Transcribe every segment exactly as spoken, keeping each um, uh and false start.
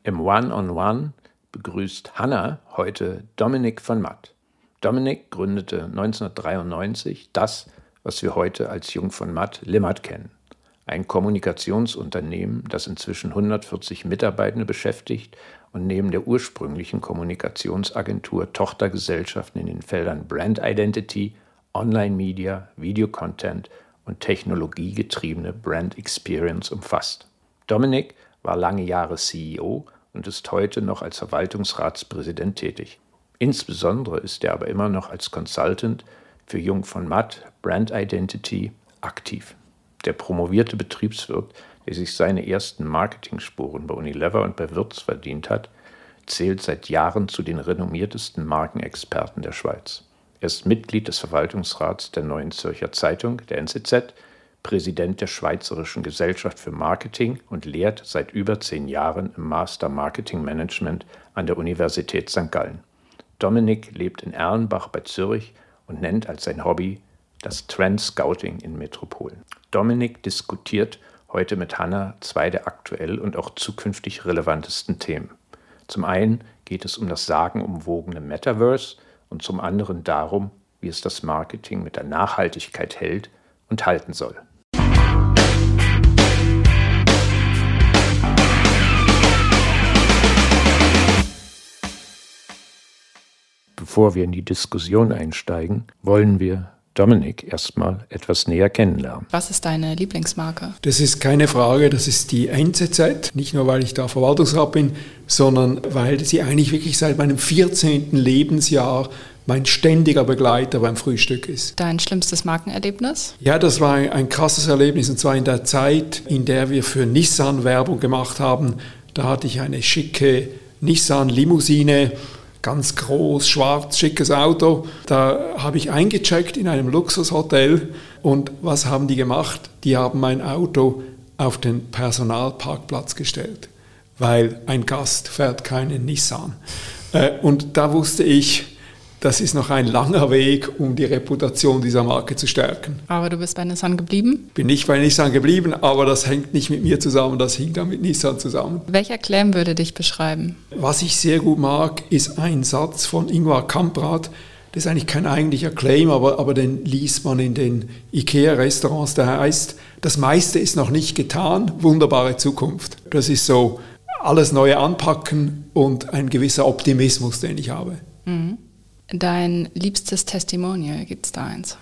Im One-on-One begrüßt Hanna heute Dominik von Matt. Dominik gründete neunzehnhundertdreiundneunzig das, was wir heute als Jung von Matt Limmat kennen. Ein Kommunikationsunternehmen, das inzwischen hundertvierzig Mitarbeitende beschäftigt und neben der ursprünglichen Kommunikationsagentur Tochtergesellschaften in den Feldern Brand Identity, Online Media, Video Content und technologiegetriebene Brand Experience umfasst. Dominik war lange Jahre C E O und ist heute noch als Verwaltungsratspräsident tätig. Insbesondere ist er aber immer noch als Consultant für Jung von Matt Brand Identity aktiv. Der promovierte Betriebswirt, der sich seine ersten Marketingsporen bei Unilever und bei Würz verdient hat, zählt seit Jahren zu den renommiertesten Markenexperten der Schweiz. Er ist Mitglied des Verwaltungsrats der Neuen Zürcher Zeitung, der N Z Z, Präsident der Schweizerischen Gesellschaft für Marketing und lehrt seit über zehn Jahren im Master Marketing Management an der Universität Sankt Gallen. Dominik lebt in Erlenbach bei Zürich und nennt als sein Hobby das Trend-Scouting in Metropolen. Dominik diskutiert heute mit Hanna zwei der aktuell und auch zukünftig relevantesten Themen. Zum einen geht es um das sagenumwogene Metaverse und zum anderen darum, wie es das Marketing mit der Nachhaltigkeit hält und halten soll. Bevor wir in die Diskussion einsteigen, wollen wir Dominik erstmal etwas näher kennenlernen. Was ist deine Lieblingsmarke? Das ist keine Frage, das ist die N Z Z. Nicht nur, weil ich da Verwaltungsrat bin, sondern weil sie eigentlich wirklich seit meinem vierzehnten Lebensjahr mein ständiger Begleiter beim Frühstück ist. Dein schlimmstes Markenerlebnis? Ja, das war ein, ein krasses Erlebnis, und zwar in der Zeit, in der wir für Nissan Werbung gemacht haben. Da hatte ich eine schicke Nissan-Limousine, ganz groß, schwarz, schickes Auto. Da habe ich eingecheckt in einem Luxushotel. Und was haben die gemacht? Die haben mein Auto auf den Personalparkplatz gestellt, weil ein Gast fährt keinen Nissan. Und da wusste ich, das ist noch ein langer Weg, um die Reputation dieser Marke zu stärken. Aber du bist bei Nissan geblieben? Bin nicht bei Nissan geblieben, aber das hängt nicht mit mir zusammen, das hing dann mit Nissan zusammen. Welcher Claim würde dich beschreiben? Was ich sehr gut mag, ist ein Satz von Ingvar Kamprad. Das ist eigentlich kein eigentlicher Claim, aber, aber den liest man in den IKEA-Restaurants. Der heißt, das meiste ist noch nicht getan, wunderbare Zukunft. Das ist so alles Neue anpacken und ein gewisser Optimismus, den ich habe. Mhm. Dein liebstes Testimonial, gibt es da eins?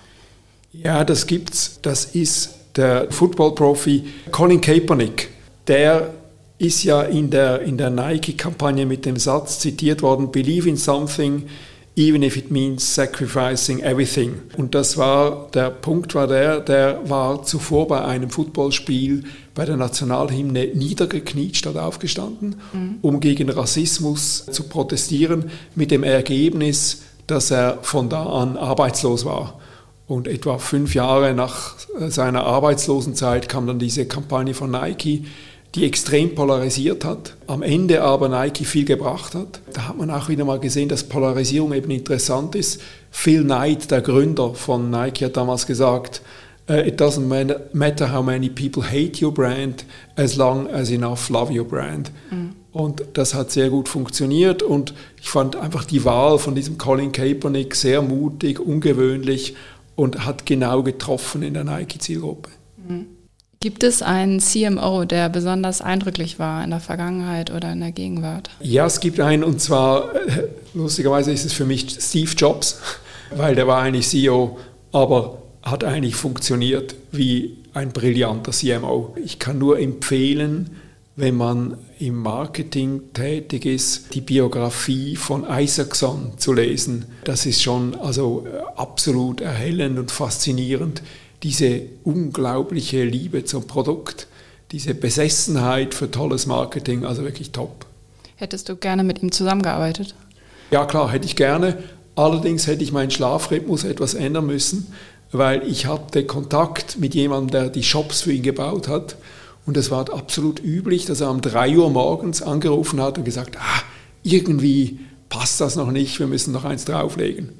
Ja, das gibt's. Das ist der Football-Profi Colin Kaepernick. Der ist ja in der, in der Nike-Kampagne mit dem Satz zitiert worden, "Believe in something, even if it means sacrificing everything." Und das war, der Punkt war der, der war zuvor bei einem Footballspiel bei der Nationalhymne niedergekniet statt aufgestanden, mhm. um gegen Rassismus zu protestieren, mit dem Ergebnis, dass er von da an arbeitslos war. Und etwa fünf Jahre nach seiner Arbeitslosenzeit kam dann diese Kampagne von Nike, die extrem polarisiert hat, am Ende aber Nike viel gebracht hat. Da hat man auch wieder mal gesehen, dass Polarisierung eben interessant ist. Phil Knight, der Gründer von Nike, hat damals gesagt, "It doesn't matter how many people hate your brand, as long as enough love your brand." Mhm. Und das hat sehr gut funktioniert, und ich fand einfach die Wahl von diesem Colin Kaepernick sehr mutig, ungewöhnlich und hat genau getroffen in der Nike-Zielgruppe. Mhm. Gibt es einen C M O, der besonders eindrücklich war in der Vergangenheit oder in der Gegenwart? Ja, es gibt einen, und zwar, lustigerweise ist es für mich Steve Jobs, weil der war eigentlich C E O, aber hat eigentlich funktioniert wie ein brillanter C M O. Ich kann nur empfehlen, wenn man im Marketing tätig ist, die Biografie von Isaacson zu lesen. Das ist schon also absolut erhellend und faszinierend. Diese unglaubliche Liebe zum Produkt, diese Besessenheit für tolles Marketing, also wirklich top. Hättest du gerne mit ihm zusammengearbeitet? Ja klar, hätte ich gerne. Allerdings hätte ich meinen Schlafrhythmus etwas ändern müssen, weil ich hatte Kontakt mit jemandem, der die Shops für ihn gebaut hat. Und es war absolut üblich, dass er um drei Uhr morgens angerufen hat und gesagt, ah, irgendwie passt das noch nicht, wir müssen noch eins drauflegen.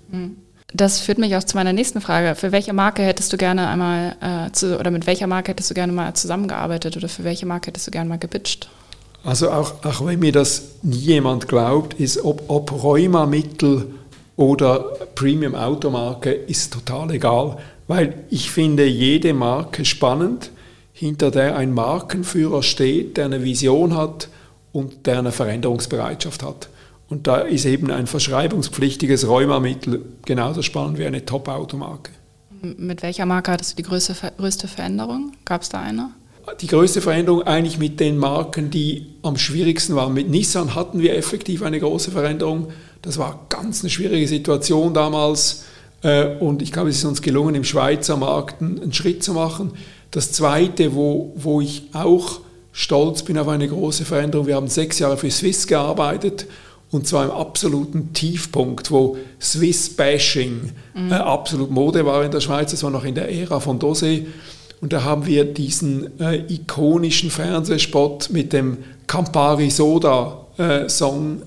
Das führt mich auch zu meiner nächsten Frage. Für welche Marke hättest du gerne einmal, äh, zu, oder mit welcher Marke hättest du gerne mal zusammengearbeitet oder für welche Marke hättest du gerne mal gepitcht? Also auch, auch wenn mir das nie jemand glaubt, ist ob, ob Rheumamittel oder Premium-Automarke ist total egal, weil ich finde jede Marke spannend, hinter der ein Markenführer steht, der eine Vision hat und der eine Veränderungsbereitschaft hat. Und da ist eben ein verschreibungspflichtiges Rheumamittel genauso spannend wie eine Top-Automarke. Mit welcher Marke hattest du die größte, größte Veränderung? Gab es da eine? Die größte Veränderung eigentlich mit den Marken, die am schwierigsten waren. Mit Nissan hatten wir effektiv eine große Veränderung. Das war ganz eine schwierige Situation damals. Und ich glaube, es ist uns gelungen, im Schweizer Markt einen Schritt zu machen. Das Zweite, wo, wo ich auch stolz bin auf eine große Veränderung, wir haben sechs Jahre für Swiss gearbeitet. Und zwar im absoluten Tiefpunkt, wo Swiss-Bashing mhm. äh, absolut Mode war in der Schweiz. Das war noch in der Ära von Dosé. Und da haben wir diesen äh, ikonischen Fernsehspot mit dem Campari Soda äh, Song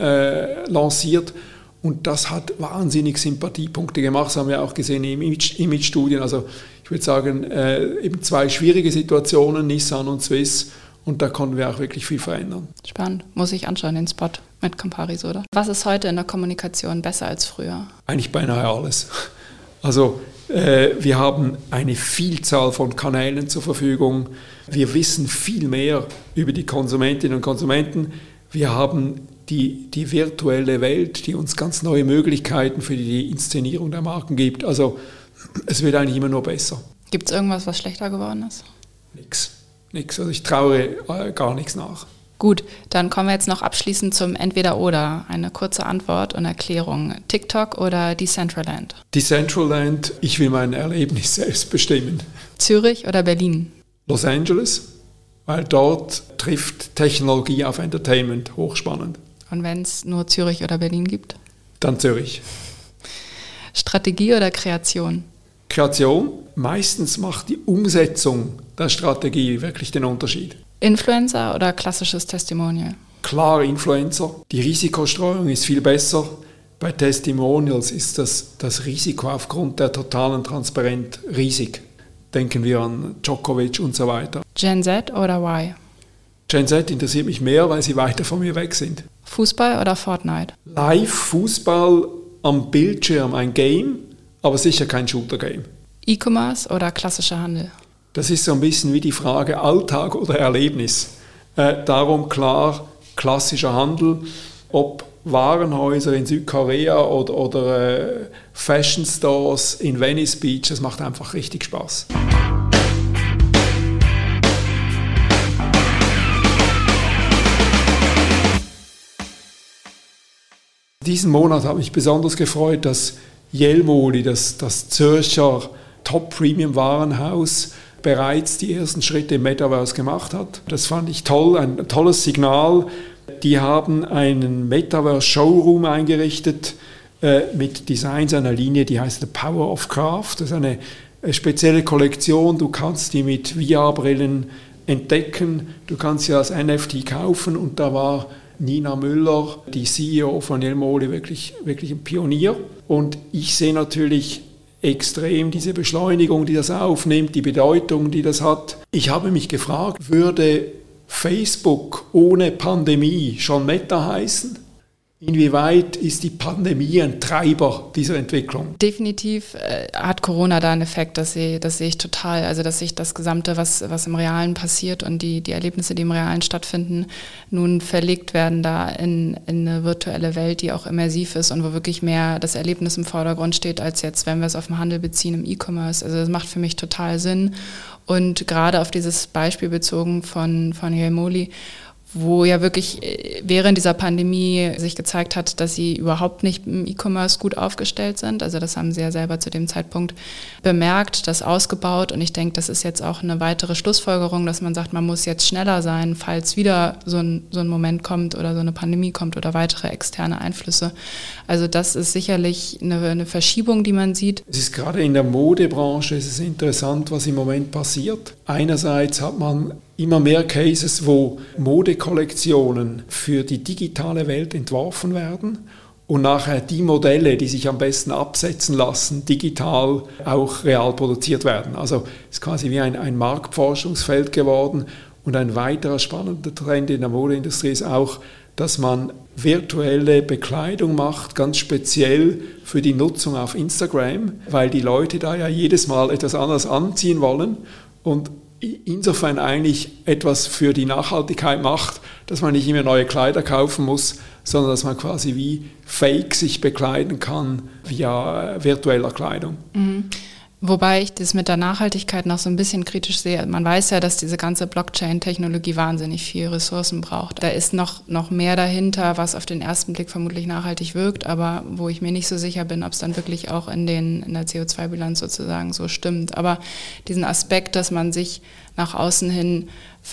äh, lanciert. Und das hat wahnsinnig Sympathiepunkte gemacht. Das haben wir auch gesehen im Image-Studien. Also ich würde sagen, äh, eben zwei schwierige Situationen, Nissan und Swiss. Und da konnten wir auch wirklich viel verändern. Spannend. Muss ich anschauen, den Spot mit Campari Soda. Was ist heute in der Kommunikation besser als früher? Eigentlich beinahe alles. Also äh, wir haben eine Vielzahl von Kanälen zur Verfügung. Wir wissen viel mehr über die Konsumentinnen und Konsumenten. Wir haben die, die virtuelle Welt, die uns ganz neue Möglichkeiten für die Inszenierung der Marken gibt. Also es wird eigentlich immer nur besser. Gibt es irgendwas, was schlechter geworden ist? Nix. Nix. Also ich traue äh, gar nichts nach. Gut, dann kommen wir jetzt noch abschließend zum Entweder-Oder. Eine kurze Antwort und Erklärung. TikTok oder Decentraland? Decentraland, ich will mein Erlebnis selbst bestimmen. Zürich oder Berlin? Los Angeles, weil dort trifft Technologie auf Entertainment, hochspannend. Und wenn es nur Zürich oder Berlin gibt? Dann Zürich. Strategie oder Kreation? Kreation. Meistens macht die Umsetzung der Strategie wirklich den Unterschied. Influencer oder klassisches Testimonial? Klar Influencer. Die Risikostreuung ist viel besser. Bei Testimonials ist das, das Risiko aufgrund der totalen Transparenz riesig. Denken wir an Djokovic und so weiter. Gen Z oder Y? Gen Z interessiert mich mehr, weil sie weiter von mir weg sind. Fußball oder Fortnite? Live-Fußball am Bildschirm ein Game, aber sicher kein Shooter-Game. E-Commerce oder klassischer Handel? Das ist so ein bisschen wie die Frage Alltag oder Erlebnis. Äh, darum klar, klassischer Handel, ob Warenhäuser in Südkorea oder, oder äh, Fashion Stores in Venice Beach, das macht einfach richtig Spaß. Diesen Monat habe ich besonders gefreut, dass Jelmoli, das, das Zürcher Top-Premium-Warenhaus, bereits die ersten Schritte im Metaverse gemacht hat. Das fand ich toll, ein tolles Signal. Die haben einen Metaverse-Showroom eingerichtet äh, mit Designs einer Linie, die heißt The Power of Craft. Das ist eine, eine spezielle Kollektion. Du kannst die mit V R-Brillen entdecken. Du kannst sie als N F T kaufen. Und da war Nina Müller, die C E O von Jelmoli, wirklich, wirklich ein Pionier. Und ich sehe natürlich extrem diese Beschleunigung, die das aufnimmt, die Bedeutung, die das hat. Ich habe mich gefragt, würde Facebook ohne Pandemie schon Meta heißen? Inwieweit ist die Pandemie ein Treiber dieser Entwicklung? Definitiv äh, hat Corona da einen Effekt, das sehe, das sehe ich total. Also dass sich das Gesamte, was, was im Realen passiert und die, die Erlebnisse, die im Realen stattfinden, nun verlegt werden da in, in eine virtuelle Welt, die auch immersiv ist und wo wirklich mehr das Erlebnis im Vordergrund steht, als jetzt, wenn wir es auf den Handel beziehen, im E-Commerce. Also das macht für mich total Sinn. Und gerade auf dieses Beispiel bezogen von, von Jelmoli, wo ja wirklich während dieser Pandemie sich gezeigt hat, dass sie überhaupt nicht im E-Commerce gut aufgestellt sind. Also das haben sie ja selber zu dem Zeitpunkt bemerkt, das ausgebaut. Und ich denke, das ist jetzt auch eine weitere Schlussfolgerung, dass man sagt, man muss jetzt schneller sein, falls wieder so ein, so ein Moment kommt oder so eine Pandemie kommt oder weitere externe Einflüsse. Also das ist sicherlich eine, eine Verschiebung, die man sieht. Es ist gerade in der Modebranche, es ist interessant, was im Moment passiert. Einerseits hat man immer mehr Cases, wo Modekollektionen für die digitale Welt entworfen werden und nachher die Modelle, die sich am besten absetzen lassen, digital auch real produziert werden. Also es ist quasi wie ein, ein Marktforschungsfeld geworden Und ein weiterer spannender Trend in der Modeindustrie ist auch, dass man virtuelle Bekleidung macht, ganz speziell für die Nutzung auf Instagram, weil die Leute da ja jedes Mal etwas anderes anziehen wollen und insofern eigentlich etwas für die Nachhaltigkeit macht, dass man nicht immer neue Kleider kaufen muss, sondern dass man quasi wie fake sich bekleiden kann via virtueller Kleidung. Mhm. Wobei ich das mit der Nachhaltigkeit noch so ein bisschen kritisch sehe. Man weiß ja, dass diese ganze Blockchain-Technologie wahnsinnig viel Ressourcen braucht. Da ist noch, noch mehr dahinter, was auf den ersten Blick vermutlich nachhaltig wirkt, aber wo ich mir nicht so sicher bin, ob es dann wirklich auch in, den, in der C O zwei Bilanz sozusagen so stimmt. Aber diesen Aspekt, dass man sich nach außen hin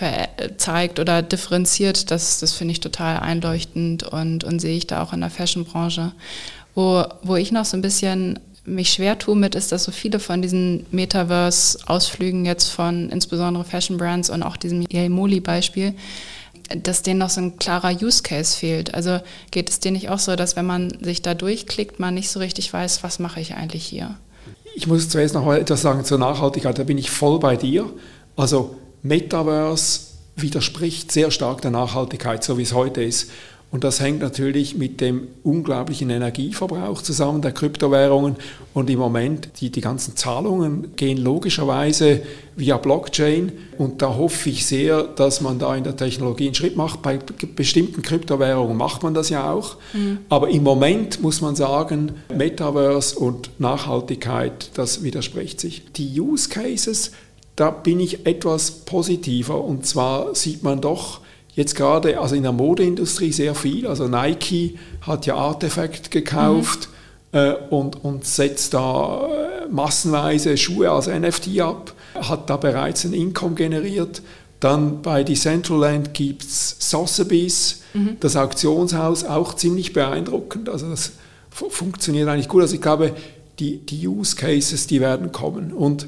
zeigt oder differenziert, das, das finde ich total einleuchtend und, und sehe ich da auch in der Fashion-Branche. Wo, wo ich noch so ein bisschen mich schwer tue mit, ist, dass so viele von diesen Metaverse-Ausflügen jetzt von insbesondere Fashion-Brands und auch diesem Yay-Moli-Beispiel, dass denen noch so ein klarer Use-Case fehlt. Also geht es dir nicht auch so, dass wenn man sich da durchklickt, man nicht so richtig weiß, was mache ich eigentlich hier? Ich muss zuerst noch etwas sagen zur Nachhaltigkeit, da bin ich voll bei dir. Also Metaverse widerspricht sehr stark der Nachhaltigkeit, so wie es heute ist. Und das hängt natürlich mit dem unglaublichen Energieverbrauch zusammen der Kryptowährungen. Und im Moment, die, die ganzen Zahlungen gehen logischerweise via Blockchain. Und da hoffe ich sehr, dass man da in der Technologie einen Schritt macht. Bei bestimmten Kryptowährungen macht man das ja auch. Mhm. Aber im Moment muss man sagen, Metaverse und Nachhaltigkeit, das widerspricht sich. Die Use Cases, da bin ich etwas positiver. Und zwar sieht man doch, jetzt gerade also in der Modeindustrie sehr viel. Also Nike hat ja Artefakt gekauft mhm. äh, und, und setzt da äh, massenweise Schuhe als N F T ab, hat da bereits ein Income generiert. Dann bei Decentraland gibt es Sotheby's, mhm. das Auktionshaus, auch ziemlich beeindruckend. Also das f- funktioniert eigentlich gut. Also ich glaube, die, die Use Cases, die werden kommen. Und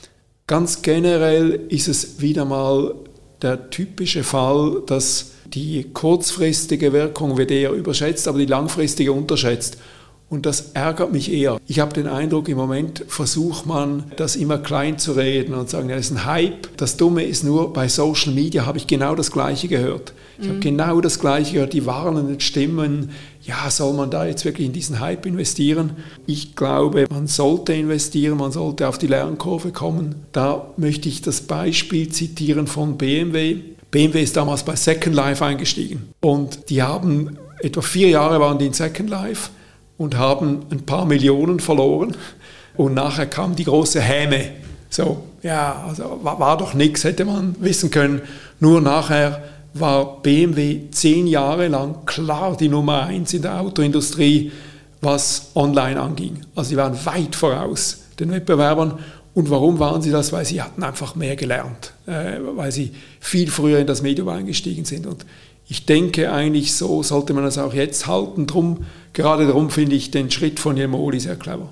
ganz generell ist es wieder mal der typische Fall, dass die kurzfristige Wirkung wird eher überschätzt, aber die langfristige unterschätzt. Und das ärgert mich eher. Ich habe den Eindruck, im Moment versucht man, das immer klein zu reden und sagen, ja, das ist ein Hype. Das Dumme ist nur, bei Social Media habe ich genau das Gleiche gehört. Ich mhm. habe genau das Gleiche gehört, die warnenden Stimmen. Ja, soll man da jetzt wirklich in diesen Hype investieren? Ich glaube, man sollte investieren, man sollte auf die Lernkurve kommen. Da möchte ich das Beispiel zitieren von B M W. B M W ist damals bei Second Life eingestiegen. Und die haben, etwa vier Jahre waren die in Second Life und haben ein paar Millionen verloren. Und nachher kam die große Häme. So, ja, also war, war doch nichts, hätte man wissen können. Nur nachher war B M W zehn Jahre lang klar die Nummer eins in der Autoindustrie, was online anging. Also sie waren weit voraus den Wettbewerbern. Und warum waren sie das? Weil sie hatten einfach mehr gelernt, äh, weil sie viel früher in das Medium eingestiegen sind. Und ich denke eigentlich, so sollte man das auch jetzt halten. Drum, gerade darum finde ich den Schritt von Yay-Moli sehr clever.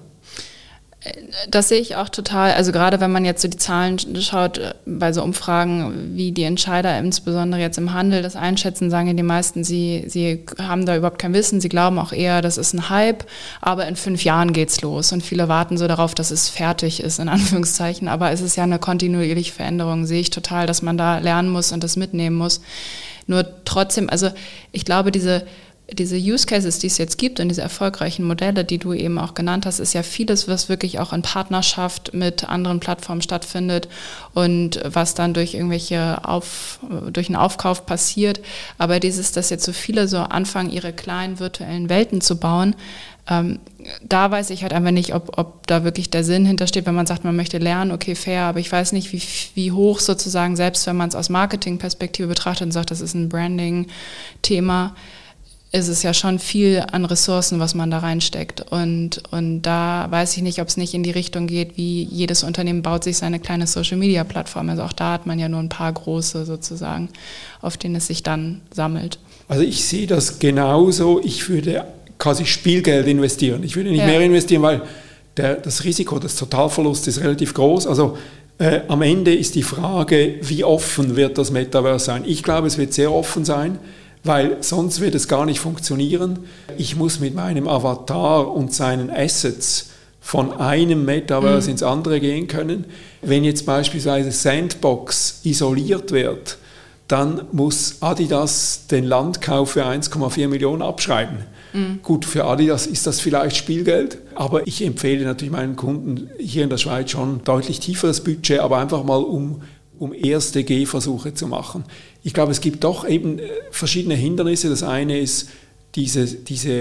Das sehe ich auch total. Also gerade wenn man jetzt so die Zahlen schaut, bei so Umfragen, wie die Entscheider insbesondere jetzt im Handel das einschätzen, sagen ja die meisten, sie, sie haben da überhaupt kein Wissen. Sie glauben auch eher, das ist ein Hype, aber in fünf Jahren geht's los. Und viele warten so darauf, dass es fertig ist, in Anführungszeichen. Aber es ist ja eine kontinuierliche Veränderung. Sehe ich total, dass man da lernen muss und das mitnehmen muss. Nur trotzdem, also ich glaube, diese Diese Use Cases, die es jetzt gibt und diese erfolgreichen Modelle, die du eben auch genannt hast, ist ja vieles, was wirklich auch in Partnerschaft mit anderen Plattformen stattfindet und was dann durch irgendwelche Auf, durch einen Aufkauf passiert. Aber dieses, dass jetzt so viele so anfangen, ihre kleinen virtuellen Welten zu bauen, ähm, da weiß ich halt einfach nicht, ob, ob da wirklich der Sinn hintersteht, wenn man sagt, man möchte lernen, okay, fair, aber ich weiß nicht, wie, wie hoch sozusagen, selbst wenn man es aus Marketingperspektive betrachtet und sagt, das ist ein Branding-Thema, ist es ja schon viel an Ressourcen, was man da reinsteckt. Und, und da weiß ich nicht, ob es nicht in die Richtung geht, wie jedes Unternehmen baut sich seine kleine Social-Media-Plattform. Also auch da hat man ja nur ein paar große sozusagen, auf denen es sich dann sammelt. Also ich sehe das genauso. Ich würde quasi Spielgeld investieren. Ich würde nicht ja. mehr investieren, weil der, das Risiko des Totalverlusts ist relativ groß. Also äh, am Ende ist die Frage, wie offen wird das Metaverse sein? Ich glaube, es wird sehr offen sein, weil sonst wird es gar nicht funktionieren. Ich muss mit meinem Avatar und seinen Assets von einem Metaverse mhm. ins andere gehen können. Wenn jetzt beispielsweise Sandbox isoliert wird, dann muss Adidas den Landkauf für eins Komma vier Millionen abschreiben. Mhm. Gut, für Adidas ist das vielleicht Spielgeld, aber ich empfehle natürlich meinen Kunden hier in der Schweiz schon deutlich tieferes Budget, aber einfach mal um, um erste Gehversuche zu machen. Ich glaube, es gibt doch eben verschiedene Hindernisse. Das eine ist diese, diese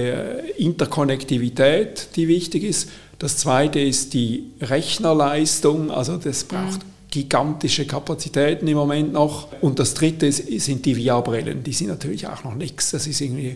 Interkonnektivität, die wichtig ist. Das zweite ist die Rechnerleistung, also das braucht mhm. gigantische Kapazitäten im Moment noch. Und das dritte ist, sind die V R-Brillen, die sind natürlich auch noch nichts. Das ist irgendwie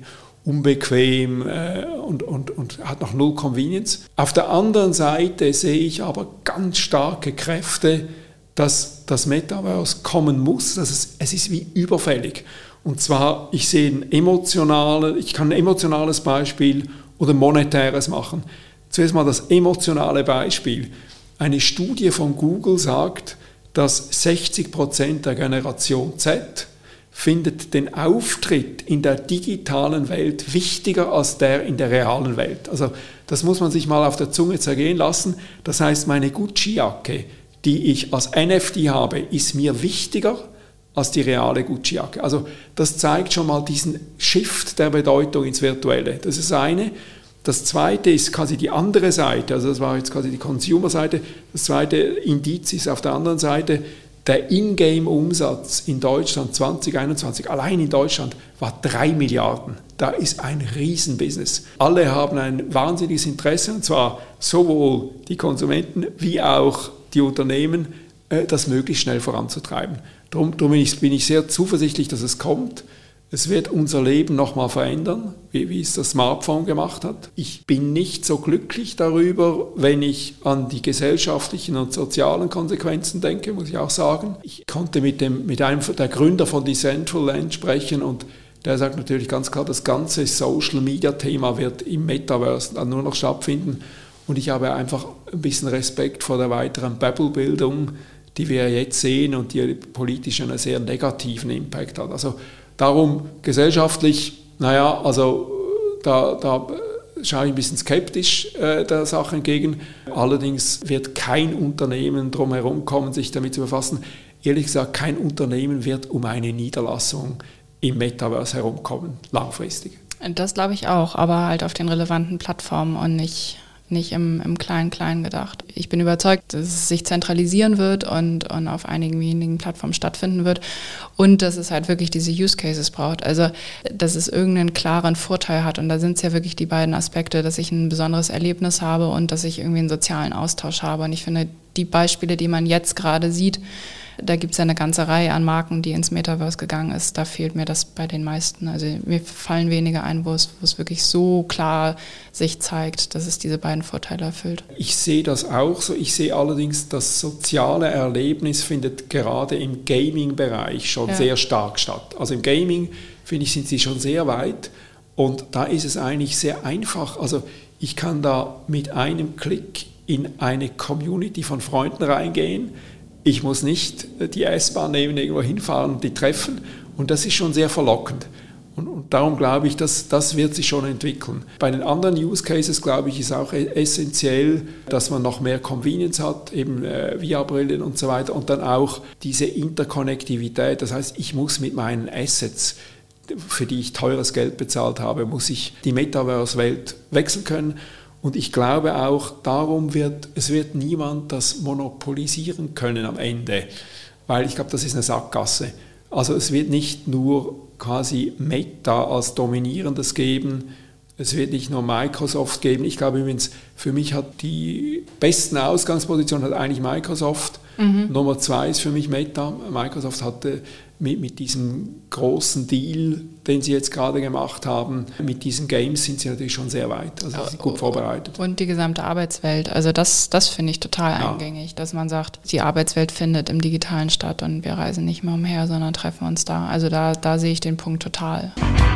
unbequem äh, und, und, und hat noch null Convenience. Auf der anderen Seite sehe ich aber ganz starke Kräfte, dass das Metaverse kommen muss. Das ist, es ist wie überfällig. Und zwar, ich sehe ein emotionales, ich kann ein emotionales Beispiel oder ein monetäres machen. Zuerst mal das emotionale Beispiel. Eine Studie von Google sagt, dass sechzig Prozent der Generation Z findet den Auftritt in der digitalen Welt wichtiger als der in der realen Welt. Also das muss man sich mal auf der Zunge zergehen lassen. Das heißt, meine Gucci-Jacke, die ich als N F T habe, ist mir wichtiger als die reale Gucci-Jacke. Also das zeigt schon mal diesen Shift der Bedeutung ins Virtuelle. Das ist das eine. Das zweite ist quasi die andere Seite, also das war jetzt quasi die Consumer-Seite. Das zweite Indiz ist auf der anderen Seite, der Ingame-Umsatz in Deutschland zwanzig einundzwanzig, allein in Deutschland, war drei Milliarden. Da ist ein Riesenbusiness. Alle haben ein wahnsinniges Interesse, und zwar sowohl die Konsumenten wie auch die Unternehmen, das möglichst schnell voranzutreiben. Darum, darum bin, ich, bin ich sehr zuversichtlich, dass es kommt. Es wird unser Leben nochmal verändern, wie, wie es das Smartphone gemacht hat. Ich bin nicht so glücklich darüber, wenn ich an die gesellschaftlichen und sozialen Konsequenzen denke, muss ich auch sagen. Ich konnte mit, dem, mit einem der Gründer von Decentraland sprechen und der sagt natürlich ganz klar, das ganze Social-Media-Thema wird im Metaverse dann nur noch stattfinden. Und ich habe einfach ein bisschen Respekt vor der weiteren Bubble-Bildung, die wir jetzt sehen und die politisch einen sehr negativen Impact hat. Also darum gesellschaftlich, naja, also da, da schaue ich ein bisschen skeptisch äh, der Sache entgegen. Allerdings wird kein Unternehmen drum herum kommen, sich damit zu befassen. Ehrlich gesagt, kein Unternehmen wird um eine Niederlassung im Metaverse herumkommen, langfristig. Das glaube ich auch, aber halt auf den relevanten Plattformen und nicht... nicht im, im Klein-Klein gedacht. Ich bin überzeugt, dass es sich zentralisieren wird und, und auf einigen wenigen Plattformen stattfinden wird und dass es halt wirklich diese Use Cases braucht. Also, dass es irgendeinen klaren Vorteil hat und da sind es ja wirklich die beiden Aspekte, dass ich ein besonderes Erlebnis habe und dass ich irgendwie einen sozialen Austausch habe. Und ich finde, die Beispiele, die man jetzt gerade sieht, da gibt es ja eine ganze Reihe an Marken, die ins Metaverse gegangen ist. Da fehlt mir das bei den meisten. Also mir fallen wenige ein, wo es, wo es wirklich so klar sich zeigt, dass es diese beiden Vorteile erfüllt. Ich sehe das auch so. Ich sehe allerdings, das soziale Erlebnis findet gerade im Gaming-Bereich schon ja. sehr stark statt. Also im Gaming, finde ich, sind sie schon sehr weit. Und da ist es eigentlich sehr einfach. Also ich kann da mit einem Klick in eine Community von Freunden reingehen. Ich muss nicht die S-Bahn nehmen, irgendwo hinfahren und die treffen. Und das ist schon sehr verlockend. Und, und darum glaube ich, dass das wird sich schon entwickeln. Bei den anderen Use Cases, glaube ich, ist auch essentiell, dass man noch mehr Convenience hat, eben äh, V R-Brillen und so weiter. Und dann auch diese Interkonnektivität. Das heißt, ich muss mit meinen Assets, für die ich teures Geld bezahlt habe, muss ich die Metaverse-Welt wechseln können. Und ich glaube auch, darum wird, es wird niemand das monopolisieren können am Ende, weil ich glaube, das ist eine Sackgasse. Also es wird nicht nur quasi Meta als Dominierendes geben, es wird nicht nur Microsoft geben. Ich glaube übrigens, für mich hat die besten Ausgangsposition hat eigentlich Microsoft. Mhm. Nummer zwei ist für mich Meta. Microsoft hatte mit, mit diesem großen Deal, den sie jetzt gerade gemacht haben, mit diesen Games sind sie natürlich schon sehr weit. Also sie sind gut vorbereitet. Und die gesamte Arbeitswelt. Also das, das finde ich total ja. eingängig, dass man sagt, die Arbeitswelt findet im Digitalen statt und wir reisen nicht mehr umher, sondern treffen uns da. Also da, da sehe ich den Punkt total.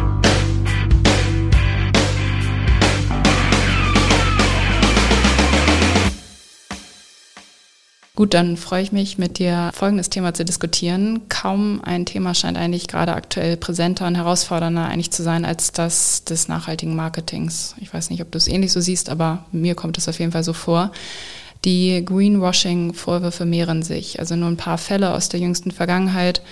Gut, dann freue ich mich, mit dir folgendes Thema zu diskutieren. Kaum ein Thema scheint eigentlich gerade aktuell präsenter und herausfordernder eigentlich zu sein als das des nachhaltigen Marketings. Ich weiß nicht, ob du es ähnlich so siehst, aber mir kommt es auf jeden Fall so vor. Die Greenwashing-Vorwürfe mehren sich. Also nur ein paar Fälle aus der jüngsten Vergangenheit.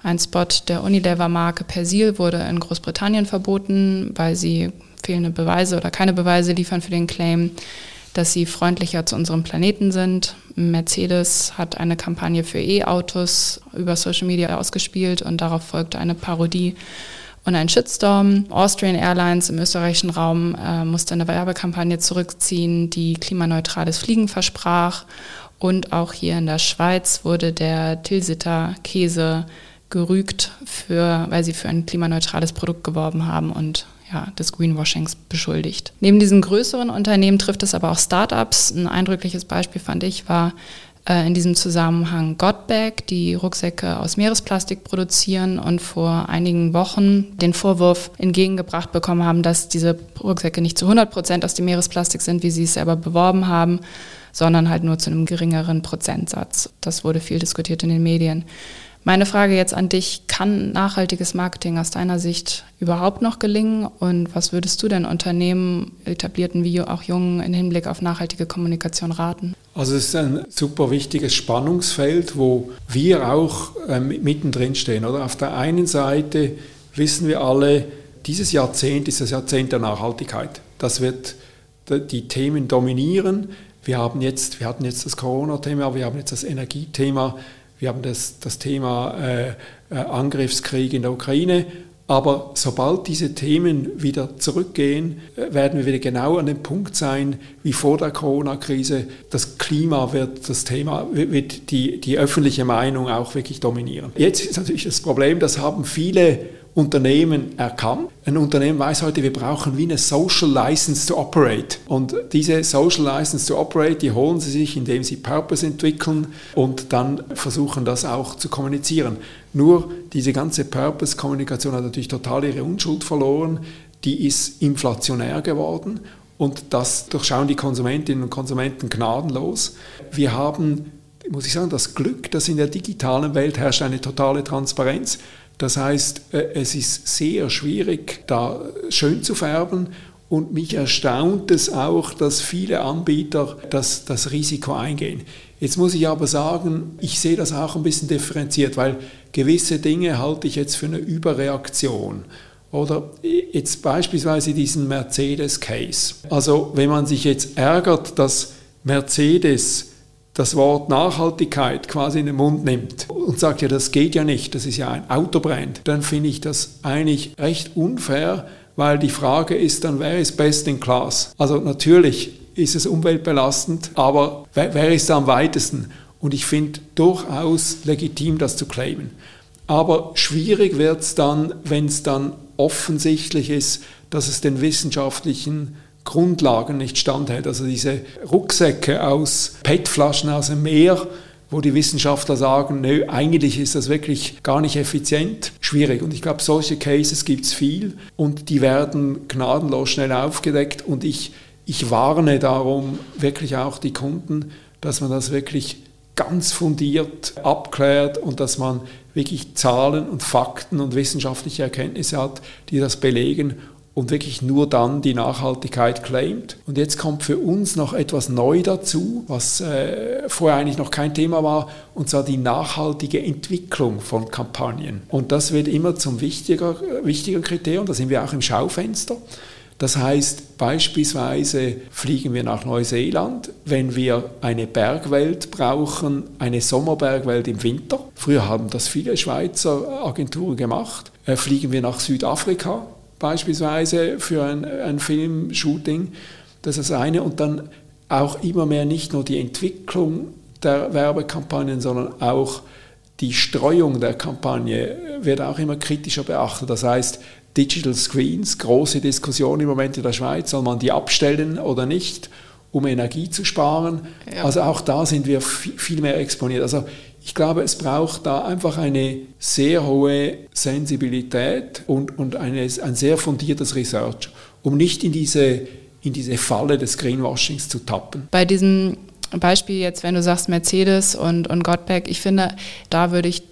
Ein Spot der Unilever-Marke Persil wurde in Großbritannien verboten, weil sie fehlende Beweise oder keine Beweise liefern für den Claim, dass sie freundlicher zu unserem Planeten sind. Mercedes hat eine Kampagne für E-Autos über Social Media ausgespielt und darauf folgte eine Parodie und ein Shitstorm. Austrian Airlines im österreichischen Raum äh, musste eine Werbekampagne zurückziehen, die klimaneutrales Fliegen versprach. Und auch hier in der Schweiz wurde der Tilsiter Käse gerügt, für, weil sie für ein klimaneutrales Produkt geworben haben und ja, des Greenwashings beschuldigt. Neben diesen größeren Unternehmen trifft es aber auch Startups. Ein eindrückliches Beispiel fand ich war äh, in diesem Zusammenhang Godbag, die Rucksäcke aus Meeresplastik produzieren und vor einigen Wochen den Vorwurf entgegengebracht bekommen haben, dass diese Rucksäcke nicht zu hundert Prozent aus dem Meeresplastik sind, wie sie es selber beworben haben, sondern halt nur zu einem geringeren Prozentsatz. Das wurde viel diskutiert in den Medien. Meine Frage jetzt an dich, kann nachhaltiges Marketing aus deiner Sicht überhaupt noch gelingen? Und was würdest du denn Unternehmen, etablierten wie auch Jungen, im Hinblick auf nachhaltige Kommunikation raten? Also es ist ein super wichtiges Spannungsfeld, wo wir auch ähm, mittendrin stehen. Oder? Auf der einen Seite wissen wir alle, dieses Jahrzehnt ist das Jahrzehnt der Nachhaltigkeit. Das wird die Themen dominieren. Wir haben jetzt, wir hatten jetzt das Corona-Thema, wir haben jetzt das Energiethema, wir haben das, das Thema äh, äh, Angriffskrieg in der Ukraine. Aber sobald diese Themen wieder zurückgehen, äh, werden wir wieder genau an dem Punkt sein, wie vor der Corona-Krise. Das Klima wird das Thema, wird die, die öffentliche Meinung auch wirklich dominieren. Jetzt ist natürlich das Problem, das haben viele Unternehmen erkannt. Ein Unternehmen weiß heute, wir brauchen wie eine Social License to Operate. Und diese Social License to Operate, die holen sie sich, indem sie Purpose entwickeln und dann versuchen, das auch zu kommunizieren. Nur diese ganze Purpose-Kommunikation hat natürlich total ihre Unschuld verloren. Die ist inflationär geworden und das durchschauen die Konsumentinnen und Konsumenten gnadenlos. Wir haben, muss ich sagen, das Glück, dass in der digitalen Welt herrscht eine totale Transparenz. Das heißt, es ist sehr schwierig, da schön zu färben und mich erstaunt es auch, dass viele Anbieter das, das Risiko eingehen. Jetzt muss ich aber sagen, ich sehe das auch ein bisschen differenziert, weil gewisse Dinge halte ich jetzt für eine Überreaktion. Oder jetzt beispielsweise diesen Mercedes-Case. Also wenn man sich jetzt ärgert, dass Mercedes das Wort Nachhaltigkeit quasi in den Mund nimmt und sagt, ja, das geht ja nicht, das ist ja ein Autobrand, dann finde ich das eigentlich recht unfair, weil die Frage ist dann, wer ist best in class? Also natürlich ist es umweltbelastend, aber wer, wer ist da am weitesten? Und ich finde durchaus legitim, das zu claimen. Aber schwierig wird es dann, wenn es dann offensichtlich ist, dass es den wissenschaftlichen Grundlagen nicht standhält. Also diese Rucksäcke aus P E T-Flaschen aus dem Meer, wo die Wissenschaftler sagen, nö, eigentlich ist das wirklich gar nicht effizient, schwierig. Und ich glaube, solche Cases gibt es viel und die werden gnadenlos schnell aufgedeckt und ich, ich warne darum wirklich auch die Kunden, dass man das wirklich ganz fundiert abklärt und dass man wirklich Zahlen und Fakten und wissenschaftliche Erkenntnisse hat, die das belegen und wirklich nur dann die Nachhaltigkeit claimt. Und jetzt kommt für uns noch etwas neu dazu, was äh, vorher eigentlich noch kein Thema war, und zwar die nachhaltige Entwicklung von Kampagnen. Und das wird immer zum wichtiger, wichtiger Kriterium, da sind wir auch im Schaufenster. Das heißt, beispielsweise fliegen wir nach Neuseeland, wenn wir eine Bergwelt brauchen, eine Sommerbergwelt im Winter. Früher haben das viele Schweizer Agenturen gemacht. Äh, fliegen wir nach Südafrika, beispielsweise für ein, ein Filmshooting, das ist das eine. Und dann auch immer mehr nicht nur die Entwicklung der Werbekampagnen, sondern auch die Streuung der Kampagne wird auch immer kritischer beachtet. Das heißt, Digital Screens, große Diskussion im Moment in der Schweiz, soll man die abstellen oder nicht, um Energie zu sparen. Ja. Also auch da sind wir viel mehr exponiert. Also ich glaube, es braucht da einfach eine sehr hohe Sensibilität und, und eine, ein sehr fundiertes Research, um nicht in diese, in diese Falle des Greenwashings zu tappen. Bei diesem Beispiel jetzt, wenn du sagst Mercedes und, und Godbag, ich finde, da würde ich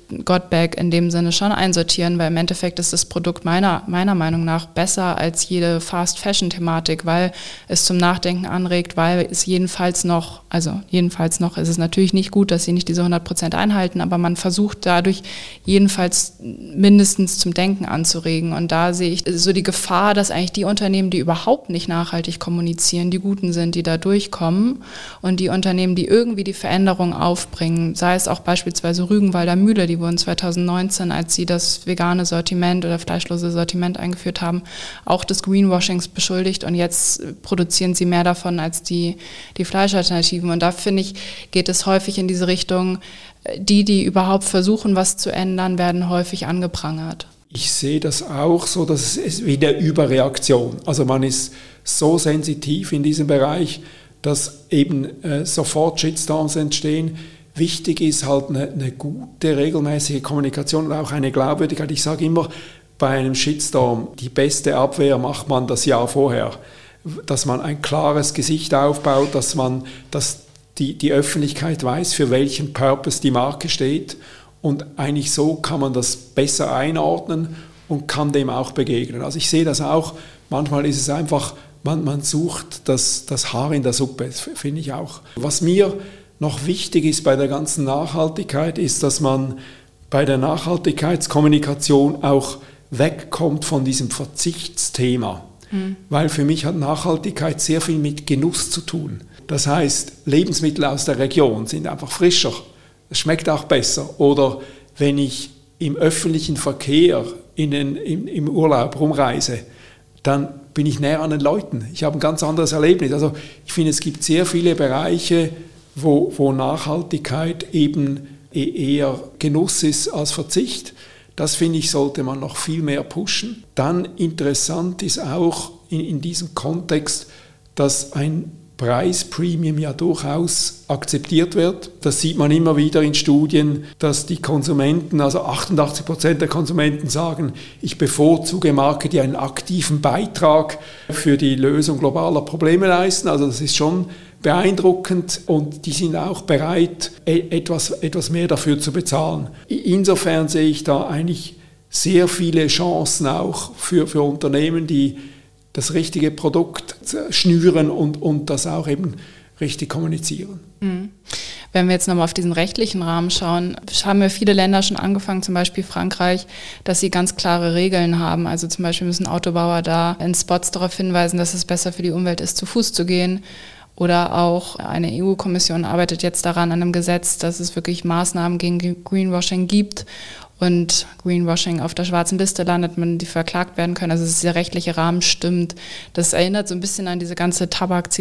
Got-Bag in dem Sinne schon einsortieren, weil im Endeffekt ist das Produkt meiner, meiner Meinung nach besser als jede Fast-Fashion-Thematik, weil es zum Nachdenken anregt, weil es jedenfalls noch, also jedenfalls noch ist es natürlich nicht gut, dass sie nicht diese hundert Prozent einhalten, aber man versucht dadurch jedenfalls mindestens zum Denken anzuregen. Und da sehe ich so die Gefahr, dass eigentlich die Unternehmen, die überhaupt nicht nachhaltig kommunizieren, die Guten sind, die da durchkommen, und die Unternehmen, die irgendwie die Veränderung aufbringen, sei es auch beispielsweise Rügenwalder Mühle, die wurden zwanzig neunzehn, als sie das vegane Sortiment oder fleischlose Sortiment eingeführt haben, auch des Greenwashings beschuldigt, und jetzt produzieren sie mehr davon als die, die Fleischalternativen. Und da finde ich, geht es häufig in diese Richtung, die, die überhaupt versuchen, was zu ändern, werden häufig angeprangert. Ich sehe das auch so, dass es ist wie eine Überreaktion. Also man ist so sensitiv in diesem Bereich, dass eben äh, sofort Shitstorms entstehen. Wichtig ist halt eine, eine gute, regelmäßige Kommunikation und auch eine Glaubwürdigkeit. Ich sage immer, bei einem Shitstorm, die beste Abwehr macht man das Jahr vorher. Dass man ein klares Gesicht aufbaut, dass man, dass die, die Öffentlichkeit weiß, für welchen Purpose die Marke steht. Und eigentlich so kann man das besser einordnen und kann dem auch begegnen. Also ich sehe das auch, manchmal ist es einfach, man, man sucht das, das Haar in der Suppe, das finde ich auch. Was mir noch wichtig ist bei der ganzen Nachhaltigkeit, ist, dass man bei der Nachhaltigkeitskommunikation auch wegkommt von diesem Verzichtsthema. Mhm. Weil für mich hat Nachhaltigkeit sehr viel mit Genuss zu tun. Das heißt, Lebensmittel aus der Region sind einfach frischer. Es schmeckt auch besser. Oder wenn ich im öffentlichen Verkehr in den, im, im Urlaub rumreise, dann bin ich näher an den Leuten. Ich habe ein ganz anderes Erlebnis. Also ich finde, es gibt sehr viele Bereiche, wo, wo Nachhaltigkeit eben eher Genuss ist als Verzicht. Das, finde ich, sollte man noch viel mehr pushen. Dann interessant ist auch in, in diesem Kontext, dass ein Preispremium ja durchaus akzeptiert wird. Das sieht man immer wieder in Studien, dass die Konsumenten, also achtundachtzig Prozent der Konsumenten sagen, ich bevorzuge Marken, die einen aktiven Beitrag für die Lösung globaler Probleme leisten. Also das ist schon beeindruckend, und die sind auch bereit, etwas, etwas mehr dafür zu bezahlen. Insofern sehe ich da eigentlich sehr viele Chancen auch für, für Unternehmen, die das richtige Produkt schnüren und, und das auch eben richtig kommunizieren. Mhm. Wenn wir jetzt nochmal auf diesen rechtlichen Rahmen schauen, haben ja viele Länder schon angefangen, zum Beispiel Frankreich, dass sie ganz klare Regeln haben. Also zum Beispiel müssen Autobauer da in Spots darauf hinweisen, dass es besser für die Umwelt ist, zu Fuß zu gehen. Oder auch eine E U-Kommission arbeitet jetzt daran, an einem Gesetz, dass es wirklich Maßnahmen gegen Greenwashing gibt und Greenwashing auf der schwarzen Liste landet, man die verklagt werden können. Also dass der rechtliche Rahmen stimmt. Das erinnert so ein bisschen an diese ganze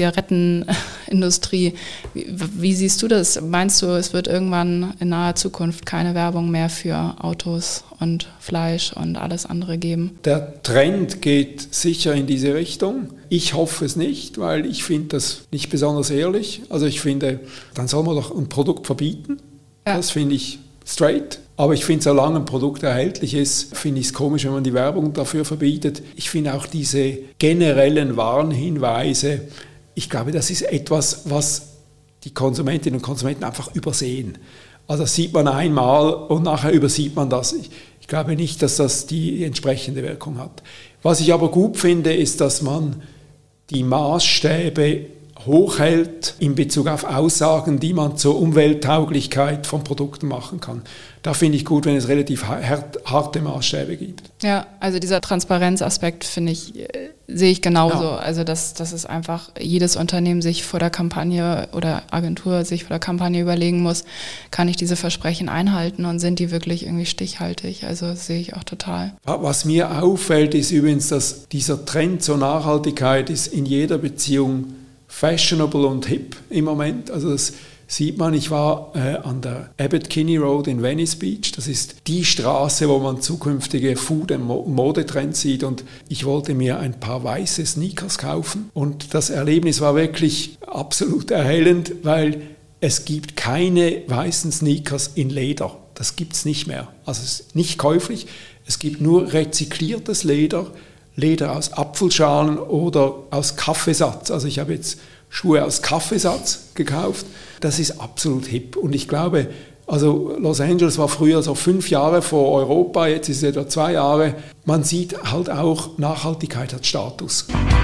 Tabak-Zigaretten-Industrie. Wie, wie siehst du das? Meinst du, es wird irgendwann in naher Zukunft keine Werbung mehr für Autos und Fleisch und alles andere geben? Der Trend geht sicher in diese Richtung. Ich hoffe es nicht, weil ich finde das nicht besonders ehrlich. Also ich finde, dann soll man doch ein Produkt verbieten. Ja. Das finde ich straight. Aber ich finde, solange ein Produkt erhältlich ist, finde ich es komisch, wenn man die Werbung dafür verbietet. Ich finde auch diese generellen Warnhinweise, ich glaube, das ist etwas, was die Konsumentinnen und Konsumenten einfach übersehen. Also das sieht man einmal und nachher übersieht man das. Ich, ich glaube nicht, dass das die entsprechende Wirkung hat. Was ich aber gut finde, ist, dass man die Maßstäbe hochhält in Bezug auf Aussagen, die man zur Umwelttauglichkeit von Produkten machen kann. Da finde ich gut, wenn es relativ hart, harte Maßstäbe gibt. Ja, also dieser Transparenzaspekt, finde ich, sehe ich genauso. Ja. Also dass, dass es einfach jedes Unternehmen sich vor der Kampagne oder Agentur sich vor der Kampagne überlegen muss, kann ich diese Versprechen einhalten und sind die wirklich irgendwie stichhaltig? Also das sehe ich auch total. Was mir auffällt, ist übrigens, dass dieser Trend zur Nachhaltigkeit ist in jeder Beziehung fashionable und hip im Moment. Also das sieht man, ich war äh, an der Abbot Kinney Road in Venice Beach. Das ist die Straße, wo man zukünftige Food- und Modetrends sieht. Und ich wollte mir ein paar weiße Sneakers kaufen. Und das Erlebnis war wirklich absolut erhellend, weil es gibt keine weißen Sneakers in Leder. Das gibt es nicht mehr. Also es ist nicht käuflich. Es gibt nur rezykliertes Leder. Leder aus Apfelschalen oder aus Kaffeesatz. Also ich habe jetzt Schuhe aus Kaffeesatz gekauft. Das ist absolut hip. Und ich glaube, Also Los Angeles war früher so fünf Jahre vor Europa, jetzt ist es etwa zwei Jahre. Man sieht halt auch, Nachhaltigkeit hat Status.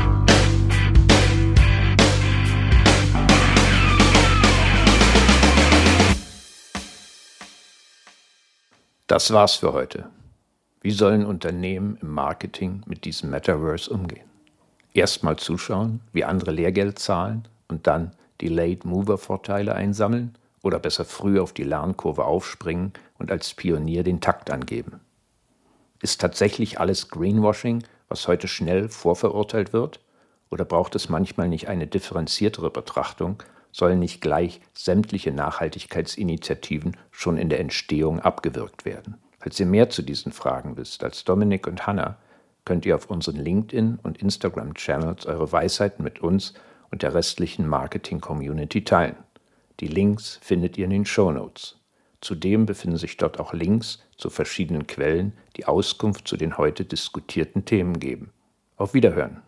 Das war's für heute. Wie sollen Unternehmen im Marketing mit diesem Metaverse umgehen? Erstmal zuschauen, wie andere Lehrgeld zahlen und dann die Late-Mover-Vorteile einsammeln oder besser früh auf die Lernkurve aufspringen und als Pionier den Takt angeben? Ist tatsächlich alles Greenwashing, was heute schnell vorverurteilt wird? Oder braucht es manchmal nicht eine differenziertere Betrachtung? Sollen nicht gleich sämtliche Nachhaltigkeitsinitiativen schon in der Entstehung abgewürgt werden? Falls ihr mehr zu diesen Fragen wisst als Dominik und Hannah, könnt ihr auf unseren LinkedIn- und Instagram-Channels eure Weisheiten mit uns und der restlichen Marketing-Community teilen. Die Links findet ihr in den Shownotes. Zudem befinden sich dort auch Links zu verschiedenen Quellen, die Auskunft zu den heute diskutierten Themen geben. Auf Wiederhören!